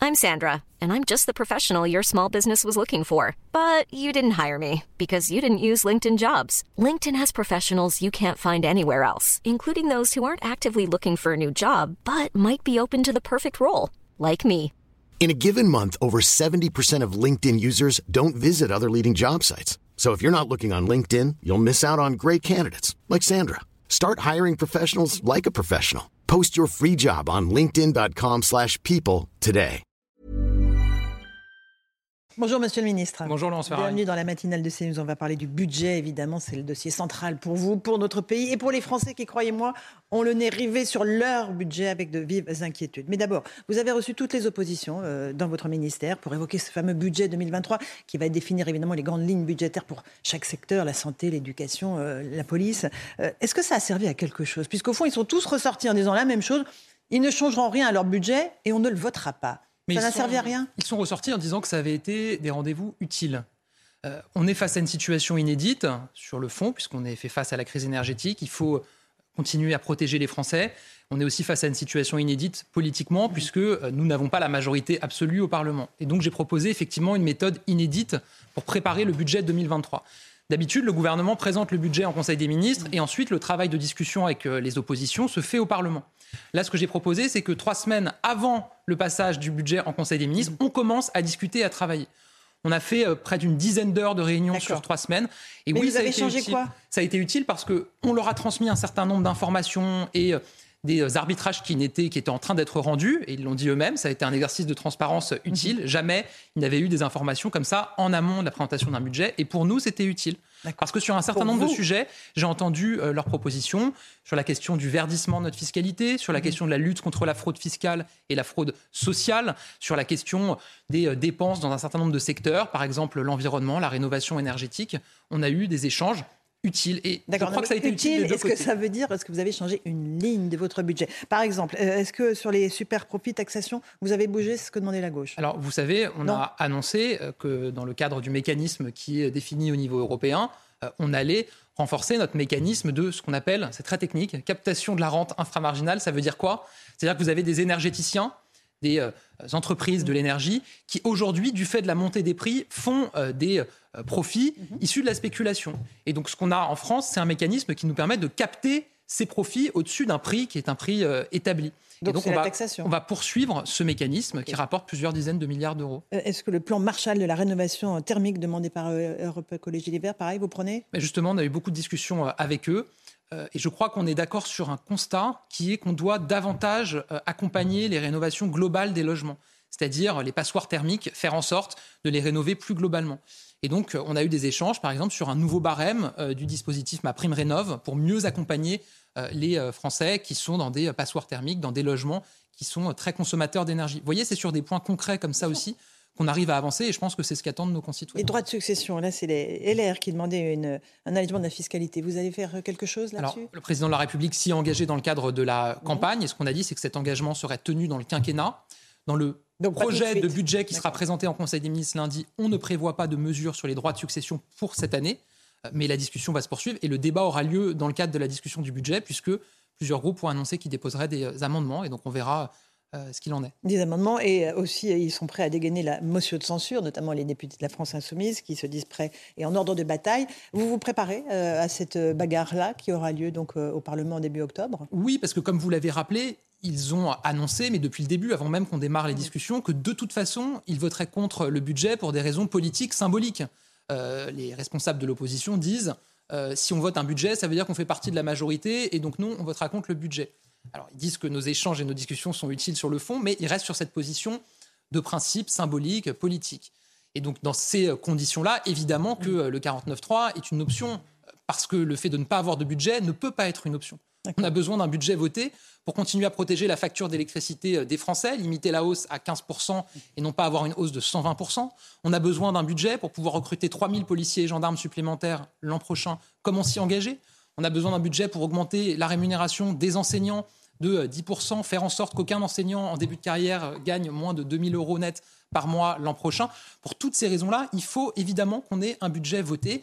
I'm Sandra, and I'm just the professional your small business was looking for. But you didn't hire me because you didn't use LinkedIn Jobs. LinkedIn has professionals you can't find anywhere else, including those who aren't actively looking for a new job, but might be open to the perfect role, like me. In a given month, over 70% of LinkedIn users don't visit other leading job sites. So if you're not looking on LinkedIn, you'll miss out on great candidates like Sandra. Start hiring professionals like a professional. Post your free job on linkedin.com/people today. Bonjour Monsieur le Ministre. Bonjour Laurence Ferrari. Bienvenue dans la matinale de CNews. On va parler du budget, évidemment. C'est le dossier central pour vous, pour notre pays et pour les Français qui, croyez-moi, ont le nez rivé sur leur budget avec de vives inquiétudes. Mais d'abord, vous avez reçu toutes les oppositions dans votre ministère pour évoquer ce fameux budget 2023 qui va définir évidemment les grandes lignes budgétaires pour chaque secteur, la santé, l'éducation, la police. Est-ce que ça a servi à quelque chose ? Puisqu'au fond, ils sont tous ressortis en disant la même chose. Ils ne changeront rien à leur budget et on ne le votera pas. Mais ça n'a servi à rien. Ils sont ressortis en disant que ça avait été des rendez-vous utiles. On est face à une situation inédite sur le fond, puisqu'on est fait face à la crise énergétique. Il faut continuer à protéger les Français. On est aussi face à une situation inédite politiquement, puisque nous n'avons pas la majorité absolue au Parlement. Et donc j'ai proposé effectivement une méthode inédite pour préparer le budget 2023. D'habitude, le gouvernement présente le budget en Conseil des ministres et ensuite le travail de discussion avec les oppositions se fait au Parlement. Là, ce que j'ai proposé, c'est que 3 semaines avant le passage du budget en Conseil des ministres, on commence à discuter et à travailler. On a fait près d'une dizaine d'heures de réunions sur 3 semaines. Et mais oui, vous avez changé quoi ? Ça a été utile parce qu'on leur a transmis un certain nombre d'informations et des arbitrages qui étaient en train d'être rendus, et ils l'ont dit eux-mêmes, ça a été un exercice de transparence utile. Jamais il n'y avait eu des informations comme ça en amont de la présentation d'un budget, et pour nous, c'était utile. Parce que sur un certain nombre de sujets, j'ai entendu leurs propositions sur la question du verdissement de notre fiscalité, sur la question de la lutte contre la fraude fiscale et la fraude sociale, sur la question des dépenses dans un certain nombre de secteurs, par exemple l'environnement, la rénovation énergétique. On a eu des échanges utile. Et je crois que ça a été utile des deux côtés. Est-ce que ça veut dire que vous avez changé une ligne de votre budget ? Par exemple, est-ce que sur les super profits taxation, vous avez bougé ce que demandait la gauche ? Alors, vous savez, on a annoncé que dans le cadre du mécanisme qui est défini au niveau européen, on allait renforcer notre mécanisme de ce qu'on appelle, c'est très technique, captation de la rente inframarginale. Ça veut dire quoi ? C'est-à-dire que vous avez des énergéticiens, des entreprises de l'énergie qui aujourd'hui, du fait de la montée des prix, font des profits issus de la spéculation. Et donc ce qu'on a en France, c'est un mécanisme qui nous permet de capter ces profits au-dessus d'un prix qui est un prix établi. Donc c'est la taxation. On va poursuivre ce mécanisme qui rapporte plusieurs dizaines de milliards d'euros. Est-ce que le plan Marshall de la rénovation thermique demandé par Europe Écologie Les Verts, pareil, vous prenez ? Mais justement, on a eu beaucoup de discussions avec eux. Et je crois qu'on est d'accord sur un constat qui est qu'on doit davantage accompagner les rénovations globales des logements, c'est-à-dire les passoires thermiques, faire en sorte de les rénover plus globalement. Et donc, on a eu des échanges, par exemple, sur un nouveau barème du dispositif MaPrimeRénov' pour mieux accompagner les Français qui sont dans des passoires thermiques, dans des logements qui sont très consommateurs d'énergie. Vous voyez, c'est sur des points concrets comme ça aussi qu'on arrive à avancer, et je pense que c'est ce qu'attendent nos concitoyens. Les droits de succession, là, c'est les LR qui demandaient un allègement de la fiscalité. Vous allez faire quelque chose là-dessus ? Alors, le président de la République s'y est engagé dans le cadre de la campagne, et ce qu'on a dit, c'est que cet engagement serait tenu dans le quinquennat. Dans le projet de budget qui sera présenté en Conseil des ministres lundi, on ne prévoit pas de mesures sur les droits de succession pour cette année, mais la discussion va se poursuivre, et le débat aura lieu dans le cadre de la discussion du budget, puisque plusieurs groupes ont annoncé qu'ils déposeraient des amendements, et donc on verra ce qu'il en est. Des amendements, et aussi ils sont prêts à dégainer la motion de censure, notamment les députés de la France Insoumise qui se disent prêts et en ordre de bataille. Vous vous préparez à cette bagarre-là qui aura lieu donc au Parlement en début octobre ? Oui, parce que comme vous l'avez rappelé, ils ont annoncé, mais depuis le début, avant même qu'on démarre les discussions, que de toute façon, ils voteraient contre le budget pour des raisons politiques symboliques. Les responsables de l'opposition disent si on vote un budget, ça veut dire qu'on fait partie de la majorité, et donc non, on votera contre le budget. Alors, ils disent que nos échanges et nos discussions sont utiles sur le fond, mais ils restent sur cette position de principe symbolique, politique. Et donc, dans ces conditions-là, évidemment que le 49.3 est une option, parce que le fait de ne pas avoir de budget ne peut pas être une option. On a besoin d'un budget voté pour continuer à protéger la facture d'électricité des Français, limiter la hausse à 15% et non pas avoir une hausse de 120%. On a besoin d'un budget pour pouvoir recruter 3000 policiers et gendarmes supplémentaires l'an prochain, comme on s'y engageait. On a besoin d'un budget pour augmenter la rémunération des enseignants de 10%, faire en sorte qu'aucun enseignant en début de carrière gagne moins de 2 000 € net par mois l'an prochain. Pour toutes ces raisons-là, il faut évidemment qu'on ait un budget voté.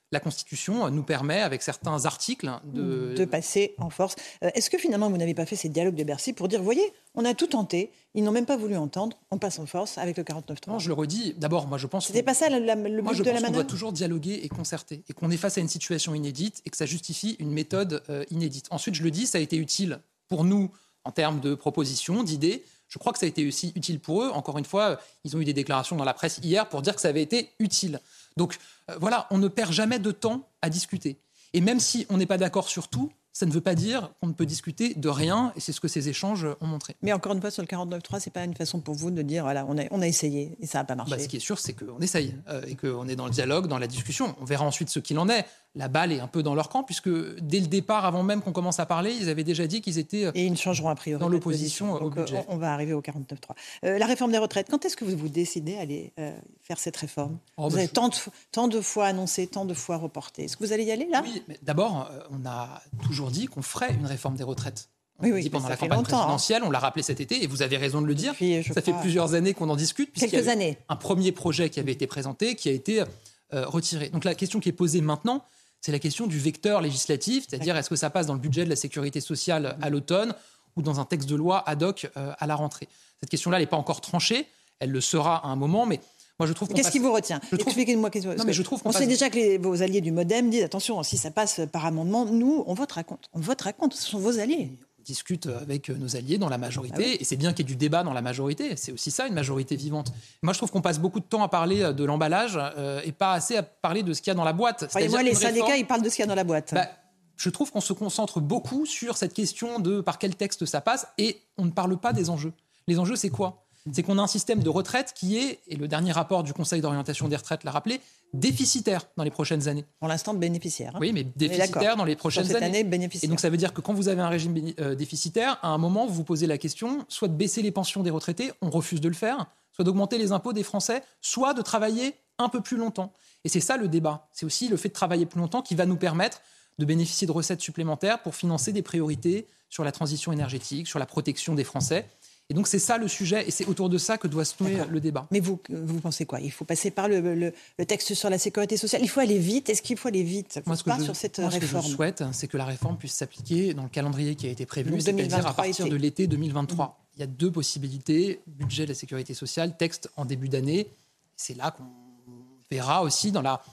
la Constitution nous permet, avec certains articles, de passer en force. Est-ce que finalement, vous n'avez pas fait ces dialogues de Bercy pour dire, voyez, on a tout tenté, ils n'ont même pas voulu entendre, on passe en force avec le 49.3 ? Non, je le redis. D'abord, moi, je pense... C'était pas ça le but de la manœuvre ? Moi, je pense qu'on doit toujours dialoguer et concerter, et qu'on est face à une situation inédite, et que ça justifie une méthode inédite. Ensuite, je le dis, ça a été utile pour nous, en termes de propositions, d'idées. Je crois que ça a été aussi utile pour eux. Encore une fois, ils ont eu des déclarations dans la presse hier pour dire que ça avait été utile. Donc voilà, on ne perd jamais de temps à discuter. Et même si on n'est pas d'accord sur tout, ça ne veut pas dire qu'on ne peut discuter de rien, et c'est ce que ces échanges ont montré. Mais encore une fois, sur le 49.3, c'est pas une façon pour vous de dire, voilà, on a essayé et ça n'a pas marché. Ce qui est sûr, c'est qu'on essaye et qu'on est dans le dialogue, dans la discussion. On verra ensuite ce qu'il en est. La balle est un peu dans leur camp, puisque dès le départ, avant même qu'on commence à parler, ils avaient déjà dit qu'ils étaient et ils ne changeront a priori dans l'opposition au budget. On va arriver au 49.3. La réforme des retraites, quand est-ce que vous vous décidez à aller faire cette réforme ? Vous avez tant de fois annoncé, tant de fois reporté. Est-ce que vous allez y aller là ? Oui, mais d'abord, on a toujours dit qu'on ferait une réforme des retraites. Oui, dit pendant la campagne présidentielle, on l'a rappelé cet été, et vous avez raison de le dire. Ça fait plusieurs années qu'on en discute. Quelques années. Un premier projet qui avait été présenté, qui a été retiré. Donc la question qui est posée maintenant, c'est la question du vecteur législatif, c'est-à-dire est-ce que ça passe dans le budget de la sécurité sociale à l'automne ou dans un texte de loi ad hoc à la rentrée. Cette question-là, elle n'est pas encore tranchée, elle le sera à un moment, mais moi je trouve Qu'est-ce qui vous retient ? Expliquez-moi. Non, mais je trouve qu'on sait déjà que vos alliés du MoDem disent attention, si ça passe par amendement, nous, on votera contre. On votera contre, ce sont vos alliés. On discute avec nos alliés dans la majorité, et c'est bien qu'il y ait du débat dans la majorité, c'est aussi ça une majorité vivante. Moi je trouve qu'on passe beaucoup de temps à parler de l'emballage et pas assez à parler de ce qu'il y a dans la boîte. Moi, les syndicats, ils parlent de ce qu'il y a dans la boîte. Je trouve qu'on se concentre beaucoup sur cette question de par quel texte ça passe, et on ne parle pas des enjeux. Les enjeux, c'est quoi ? C'est qu'on a un système de retraite qui est, et le dernier rapport du Conseil d'orientation des retraites l'a rappelé, déficitaire dans les prochaines années. Pour l'instant, bénéficiaire. Oui, mais déficitaire dans les prochaines années. Bénéficiaire. Et donc ça veut dire que quand vous avez un régime déficitaire, à un moment, vous vous posez la question, soit de baisser les pensions des retraités, on refuse de le faire, soit d'augmenter les impôts des Français, soit de travailler un peu plus longtemps. Et c'est ça le débat. C'est aussi le fait de travailler plus longtemps qui va nous permettre de bénéficier de recettes supplémentaires pour financer des priorités sur la transition énergétique, sur la protection des Français. Et donc c'est ça le sujet, et c'est autour de ça que doit se nouer le débat. Mais vous pensez quoi ? Il faut passer par le texte sur la sécurité sociale. Il faut aller vite. Est-ce qu'il faut aller vite ? Moi, ce que je souhaite, c'est que la réforme puisse s'appliquer dans le calendrier qui a été prévu, donc, c'est-à-dire à partir de l'été 2023. Il y a deux possibilités, budget de la sécurité sociale, texte en début d'année. C'est là qu'on verra aussi dans la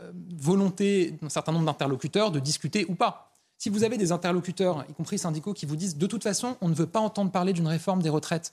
volonté d'un certain nombre d'interlocuteurs de discuter ou pas. Si vous avez des interlocuteurs, y compris syndicaux, qui vous disent de toute façon, on ne veut pas entendre parler d'une réforme des retraites,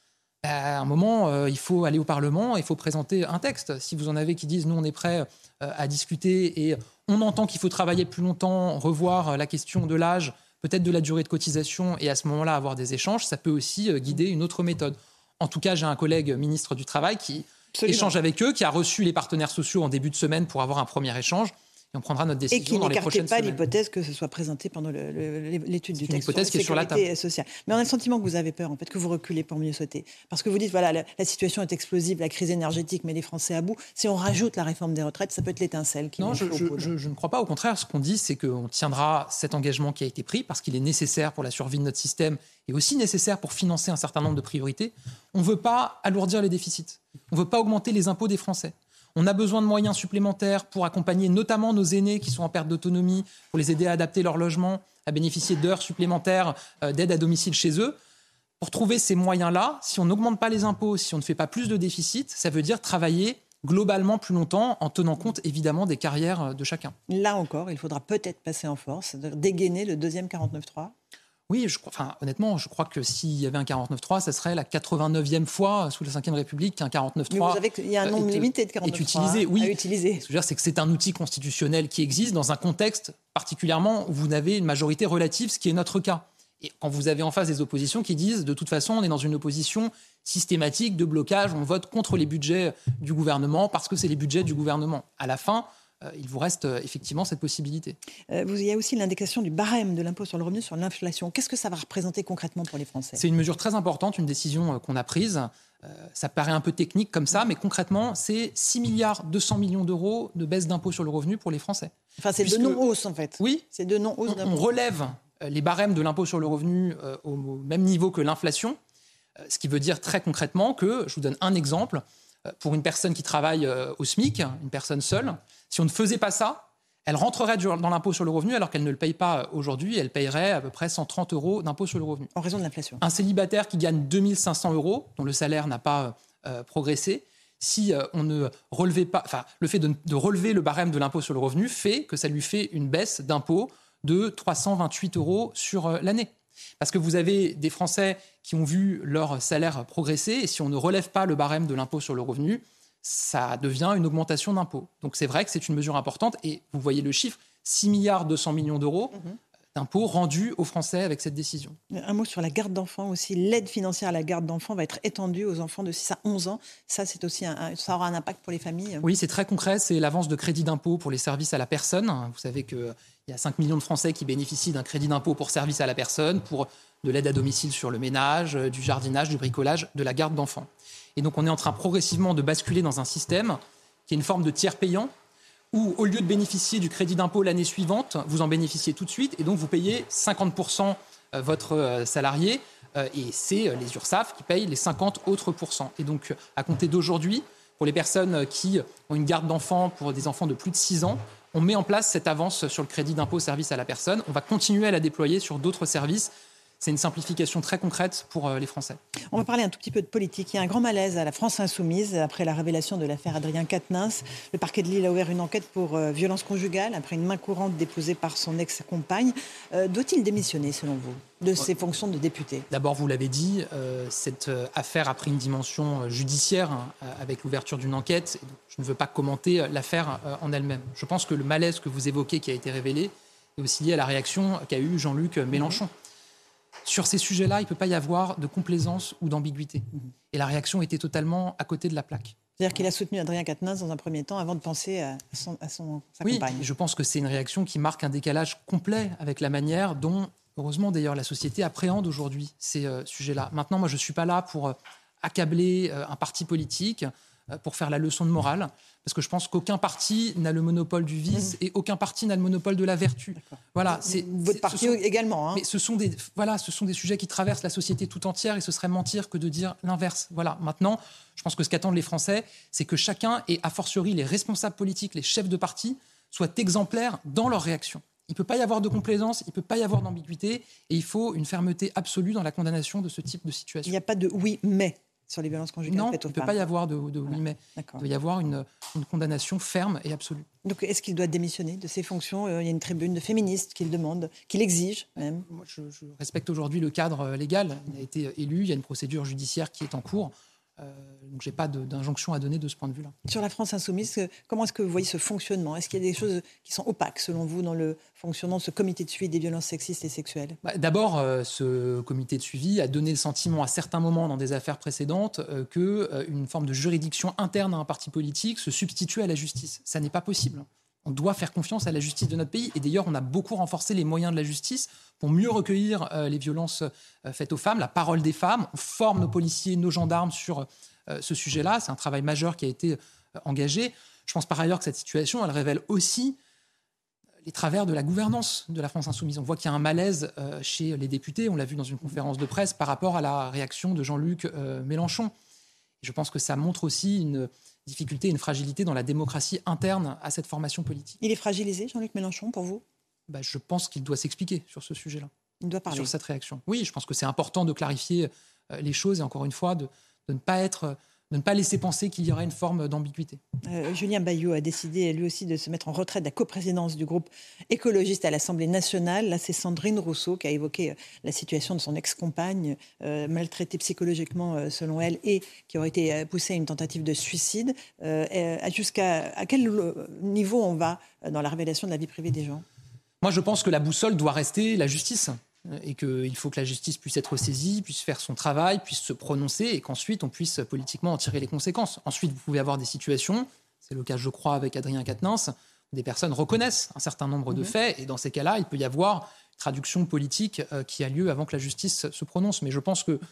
à un moment, il faut aller au Parlement, il faut présenter un texte. Si vous en avez qui disent, nous, on est prêts à discuter et on entend qu'il faut travailler plus longtemps, revoir la question de l'âge, peut-être de la durée de cotisation, et à ce moment-là, avoir des échanges, ça peut aussi guider une autre méthode. En tout cas, j'ai un collègue ministre du Travail qui échange avec eux, qui a reçu les partenaires sociaux en début de semaine pour avoir un premier échange. Et on prendra notre décision dans les prochaines semaines. Et qui n'écartait pas l'hypothèse que ce soit présenté pendant l'étude du texte. C'est une hypothèse qui est sur la table. Sociale. Mais on a le sentiment que vous avez peur, en fait, que vous reculez pour mieux sauter. Parce que vous dites, voilà, la situation est explosive, la crise énergétique met les Français à bout. Si on rajoute la réforme des retraites, ça peut être l'étincelle qui... Non, je ne crois pas. Au contraire, ce qu'on dit, c'est qu'on tiendra cet engagement qui a été pris parce qu'il est nécessaire pour la survie de notre système et aussi nécessaire pour financer un certain nombre de priorités. On ne veut pas alourdir les déficits. On ne veut pas augmenter les impôts des Français. On a besoin de moyens supplémentaires pour accompagner notamment nos aînés qui sont en perte d'autonomie, pour les aider à adapter leur logement, à bénéficier d'heures supplémentaires d'aide à domicile chez eux. Pour trouver ces moyens-là, si on n'augmente pas les impôts, si on ne fait pas plus de déficit, ça veut dire travailler globalement plus longtemps en tenant compte évidemment des carrières de chacun. Là encore, il faudra peut-être passer en force, dégainer le deuxième 49.3. Oui, honnêtement, je crois que s'il y avait un 49.3, ça serait la 89e fois sous la Ve République qu'un 49.3 Mais vous savez qu'il y a un nombre limité de 49.3 à utiliser. Ce que je veux dire, c'est que c'est un outil constitutionnel qui existe dans un contexte particulièrement où vous avez une majorité relative, ce qui est notre cas. Et quand vous avez en face des oppositions qui disent, de toute façon, on est dans une opposition systématique de blocage, on vote contre les budgets du gouvernement parce que c'est les budgets du gouvernement. À la fin, il vous reste effectivement cette possibilité. Il y a aussi l'indexation du barème de l'impôt sur le revenu sur l'inflation. Qu'est-ce que ça va représenter concrètement pour les Français ? C'est une mesure très importante, une décision qu'on a prise. Ça paraît un peu technique comme ça, mais concrètement, c'est 6 milliards 200 millions d'euros de baisse d'impôt sur le revenu pour les Français. Enfin, c'est de non-hausse en fait. Oui, c'est de non-hausse d'impôt. On relève les barèmes de l'impôt sur le revenu au même niveau que l'inflation, ce qui veut dire très concrètement que, je vous donne un exemple, pour une personne qui travaille au SMIC, une personne seule, si on ne faisait pas ça, Elle rentrerait dans l'impôt sur le revenu alors qu'elle ne le paye pas aujourd'hui. Elle payerait à peu près 130 € d'impôt sur le revenu. En raison de l'inflation. Un célibataire qui gagne 2 500 €, dont le salaire n'a pas progressé, si on ne relevait pas, le fait de relever le barème de l'impôt sur le revenu fait que ça lui fait une baisse d'impôt de 328 € sur l'année. Parce que vous avez des Français qui ont vu leur salaire progresser et si on ne relève pas le barème de l'impôt sur le revenu, ça devient une augmentation d'impôts. Donc c'est vrai que c'est une mesure importante et vous voyez le chiffre, 6,2 milliards d'euros d'impôts rendus aux Français avec cette décision. Un mot sur la garde d'enfants aussi. L'aide financière à la garde d'enfants va être étendue aux enfants de 6 à 11 ans. Ça, c'est aussi ça aura un impact pour les familles. Oui, c'est très concret. C'est l'avance de crédit d'impôt pour les services à la personne. Vous savez qu'il y a 5 millions de Français qui bénéficient d'un crédit d'impôt pour services à la personne, pour de l'aide à domicile sur le ménage, du jardinage, du bricolage, de la garde d'enfants. Et donc, on est en train progressivement de basculer dans un système qui est une forme de tiers payant où, au lieu de bénéficier du crédit d'impôt l'année suivante, vous en bénéficiez tout de suite et donc vous payez 50% votre salarié et c'est les URSSAF qui payent les 50 autres %. Et donc, à compter d'aujourd'hui, pour les personnes qui ont une garde d'enfants pour des enfants de plus de 6 ans, on met en place cette avance sur le crédit d'impôt service à la personne. On va continuer à la déployer sur d'autres services. C'est une simplification très concrète pour les Français. On va parler un tout petit peu de politique. Il y a un grand malaise à la France insoumise après la révélation de l'affaire Adrien Quatennens. Le parquet de Lille a ouvert une enquête pour violence conjugale après une main courante déposée par son ex-compagne. Doit-il démissionner, selon vous, de ses fonctions de député ? D'abord, vous l'avez dit, cette affaire a pris une dimension judiciaire avec l'ouverture d'une enquête. Je ne veux pas commenter l'affaire en elle-même. Je pense que le malaise que vous évoquez, qui a été révélé, est aussi lié à la réaction qu'a eue Jean-Luc Mélenchon. Sur ces sujets-là, il ne peut pas y avoir de complaisance ou d'ambiguïté. Et la réaction était totalement à côté de la plaque. C'est-à-dire qu'il a soutenu Adrien Quatennens dans un premier temps avant de penser à sa compagne. Oui, je pense que c'est une réaction qui marque un décalage complet avec la manière dont, heureusement d'ailleurs, la société appréhende aujourd'hui ces sujets-là. Maintenant, moi, je ne suis pas là pour accabler un parti politique, pour faire la leçon de morale, parce que je pense qu'aucun parti n'a le monopole du vice et aucun parti n'a le monopole de la vertu. Voilà, votre parti également. Hein. Mais ce sont des sujets qui traversent la société tout entière et ce serait mentir que de dire l'inverse. Voilà. Maintenant, je pense que ce qu'attendent les Français, c'est que chacun, et a fortiori les responsables politiques, les chefs de parti, soient exemplaires dans leur réaction. Il ne peut pas y avoir de complaisance, il ne peut pas y avoir d'ambiguïté et il faut une fermeté absolue dans la condamnation de ce type de situation. Il n'y a pas de oui, mais sur les violences conjugales. Non, il ne peut pas y avoir de oui, mais il doit y avoir une condamnation ferme et absolue. Donc, est-ce qu'il doit démissionner de ses fonctions ? Il y a une tribune de féministes qui le demande, qui l'exige même. Moi, je respecte aujourd'hui le cadre légal. Il a été élu, il y a une procédure judiciaire qui est en cours. Donc, je n'ai pas d'injonction à donner de ce point de vue-là. Sur la France insoumise, comment est-ce que vous voyez ce fonctionnement ? Est-ce qu'il y a des choses qui sont opaques, selon vous, dans le fonctionnement de ce comité de suivi des violences sexistes et sexuelles ? D'abord, ce comité de suivi a donné le sentiment à certains moments dans des affaires précédentes qu'une forme de juridiction interne à un parti politique se substituait à la justice. Ça n'est pas possible. On doit faire confiance à la justice de notre pays. Et d'ailleurs, on a beaucoup renforcé les moyens de la justice pour mieux recueillir les violences faites aux femmes, la parole des femmes. On forme nos policiers, nos gendarmes sur ce sujet-là. C'est un travail majeur qui a été engagé. Je pense par ailleurs que cette situation, elle révèle aussi les travers de la gouvernance de la France insoumise. On voit qu'il y a un malaise chez les députés. On l'a vu dans une conférence de presse par rapport à la réaction de Jean-Luc Mélenchon. Et je pense que ça montre aussi une difficulté, une fragilité dans la démocratie interne à cette formation politique. Il est fragilisé, Jean-Luc Mélenchon, pour vous ? Je pense qu'il doit s'expliquer sur ce sujet-là. Il doit parler. Sur cette réaction. Oui, je pense que c'est important de clarifier les choses et encore une fois, de ne pas laisser penser qu'il y aurait une forme d'ambiguïté. Julien Bayou a décidé lui aussi de se mettre en retrait de la coprésidence du groupe écologiste à l'Assemblée nationale. Là, c'est Sandrine Rousseau qui a évoqué la situation de son ex-compagne, maltraitée psychologiquement selon elle, et qui aurait été poussée à une tentative de suicide. À quel niveau on va dans la révélation de la vie privée des gens ? Moi, je pense que la boussole doit rester la justice. Et qu'il faut que la justice puisse être saisie, puisse faire son travail, puisse se prononcer et qu'ensuite on puisse politiquement en tirer les conséquences. Ensuite, vous pouvez avoir des situations, c'est le cas je crois avec Adrien Quatennens, où des personnes reconnaissent un certain nombre de faits et dans ces cas-là, il peut y avoir une traduction politique qui a lieu avant que la justice se prononce. Mais je pense que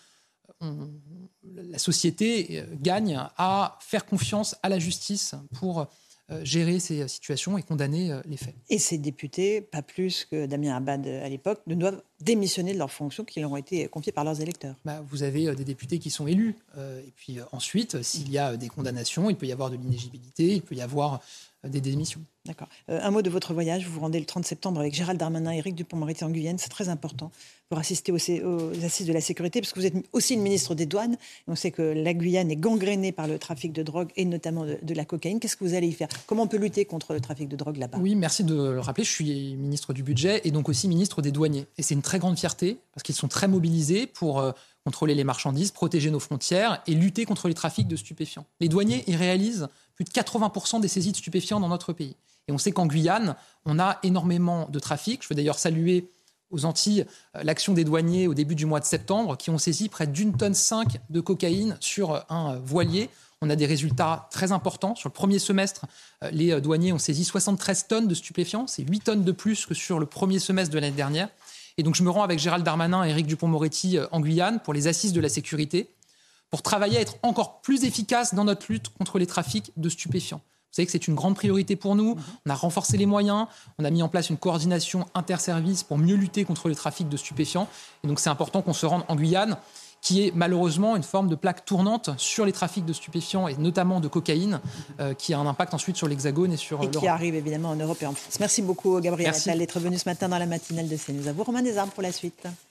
la société gagne à faire confiance à la justice pour gérer ces situations et condamner les faits. Et ces députés, pas plus que Damien Abad à l'époque, ne doivent démissionner de leurs fonctions qui leur ont été confiées par leurs électeurs. Vous avez des députés qui sont élus. Et puis ensuite, s'il y a des condamnations, il peut y avoir de l'inéligibilité, il peut y avoir des démissions. D'accord. Un mot de votre voyage. Vous vous rendez le 30 septembre avec Gérald Darmanin et Éric Dupond-Moretti en Guyane. C'est très important pour assister aux assises de la sécurité, parce que vous êtes aussi le ministre des Douanes. Et on sait que la Guyane est gangrénée par le trafic de drogue et notamment de la cocaïne. Qu'est-ce que vous allez y faire? Comment on peut lutter contre le trafic de drogue là-bas? Oui, merci de le rappeler. Je suis ministre du budget et donc aussi ministre des douaniers. Et c'est une très grande fierté parce qu'ils sont très mobilisés pour contrôler les marchandises, protéger nos frontières et lutter contre les trafics de stupéfiants. Les douaniers, ils réalisent plus de 80% des saisies de stupéfiants dans notre pays. Et on sait qu'en Guyane, on a énormément de trafic. Je veux d'ailleurs saluer aux Antilles l'action des douaniers au début du mois de septembre qui ont saisi près d'1,5 tonne de cocaïne sur un voilier. On a des résultats très importants. Sur le premier semestre, les douaniers ont saisi 73 tonnes de stupéfiants. C'est 8 tonnes de plus que sur le premier semestre de l'année dernière. Et donc je me rends avec Gérald Darmanin et Éric Dupond-Moretti en Guyane pour les assises de la sécurité, pour travailler à être encore plus efficace dans notre lutte contre les trafics de stupéfiants. Vous savez que c'est une grande priorité pour nous. On a renforcé les moyens, on a mis en place une coordination interservice pour mieux lutter contre les trafics de stupéfiants. Et donc c'est important qu'on se rende en Guyane, qui est malheureusement une forme de plaque tournante sur les trafics de stupéfiants et notamment de cocaïne, qui a un impact ensuite sur l'Hexagone et sur l'Europe. Et qui arrive évidemment en Europe et en France. Merci beaucoup Gabriel Attal d'être venu ce matin dans la matinale de CNews. À vous Romain Desarmes pour la suite.